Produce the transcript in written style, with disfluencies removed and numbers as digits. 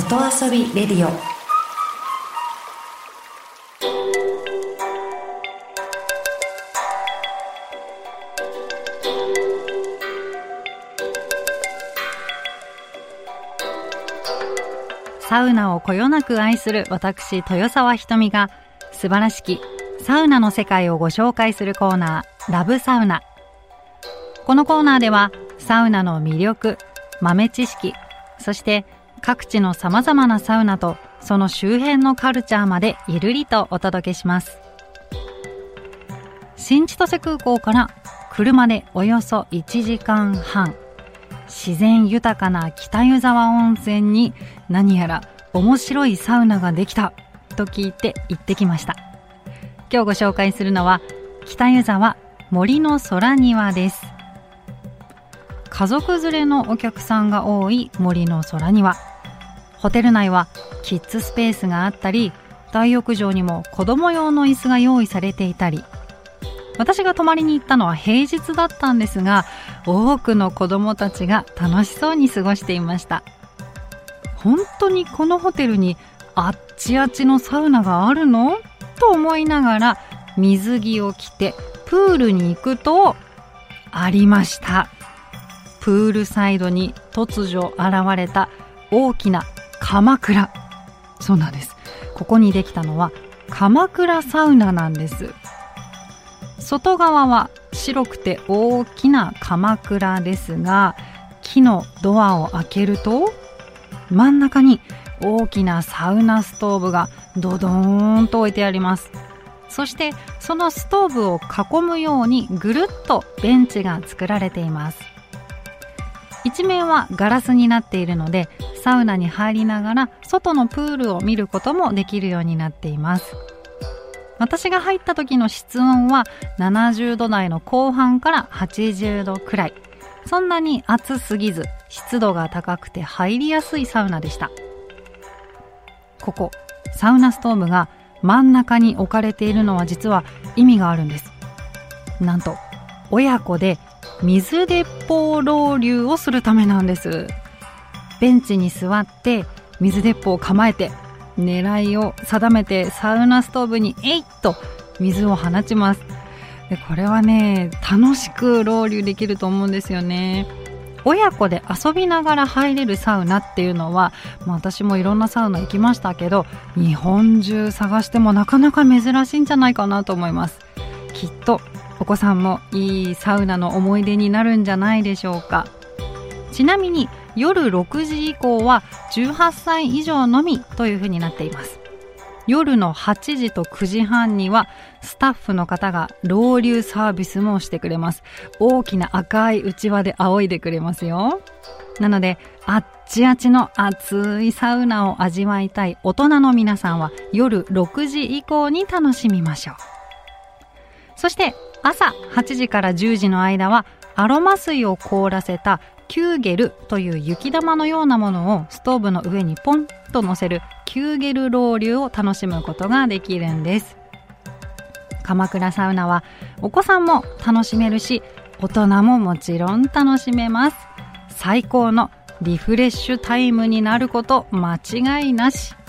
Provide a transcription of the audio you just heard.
外遊びレディオ。 サウナをこよなく愛する私豊沢ひとみが素晴らしきサウナの世界をご紹介するコーナー、ラブサウナ。このコーナーではサウナの魅力、豆知識、そして各地の様々なサウナとその周辺のカルチャーまでゆるりとお届けします。新千歳空港から車でおよそ1時間半、自然豊かな北湯沢温泉に何やら面白いサウナができたと聞いて行ってきました。今日ご紹介するのは北湯沢森の空庭です。家族連れのお客さんが多い森の空庭。ホテル内はキッズスペースがあったり、大浴場にも子供用の椅子が用意されていたり、私が泊まりに行ったのは平日だったんですが、多くの子供たちが楽しそうに過ごしていました。本当にこのホテルにあっちあっちのサウナがあるの？と思いながら水着を着てプールに行くと、ありました。プールサイドに突如現れた大きな鎌倉。そうなんです。ここにできたのは鎌倉サウナなんです。外側は白くて大きな鎌倉ですが、木のドアを開けると真ん中に大きなサウナストーブがドドーンと置いてあります。そしてそのストーブを囲むようにぐるっとベンチが作られています。一面はガラスになっているので、サウナに入りながら外のプールを見ることもできるようになっています。私が入った時の室温は70度台の後半から80度くらい。そんなに暑すぎず、湿度が高くて入りやすいサウナでした。ここ、サウナストーブが真ん中に置かれているのは実は意味があるんです。なんと、親子で水鉄砲ロウリュをするためなんです。ベンチに座って水鉄砲を構えて、狙いを定めてサウナストーブにえいっと水を放ちます。で、これはね、楽しくロウリュできると思うんですよね。親子で遊びながら入れるサウナっていうのは、私もいろんなサウナ行きましたけど、日本中探してもなかなか珍しいんじゃないかなと思います。きっとお子さんもいいサウナの思い出になるんじゃないでしょうか。ちなみに夜6時以降は18歳以上のみというふうになっています。夜の8時と9時半にはスタッフの方がロウリュサービスもしてくれます。大きな赤いうちわで仰いでくれますよ。なので、あっちあっちの熱いサウナを味わいたい大人の皆さんは夜6時以降に楽しみましょう。そして朝8時から10時の間はアロマ水を凍らせたキューゲルという雪玉のようなものをストーブの上にポンと乗せるキューゲルロウリュを楽しむことができるんです。鎌倉サウナはお子さんも楽しめるし、大人ももちろん楽しめます。最高のリフレッシュタイムになること間違いなし。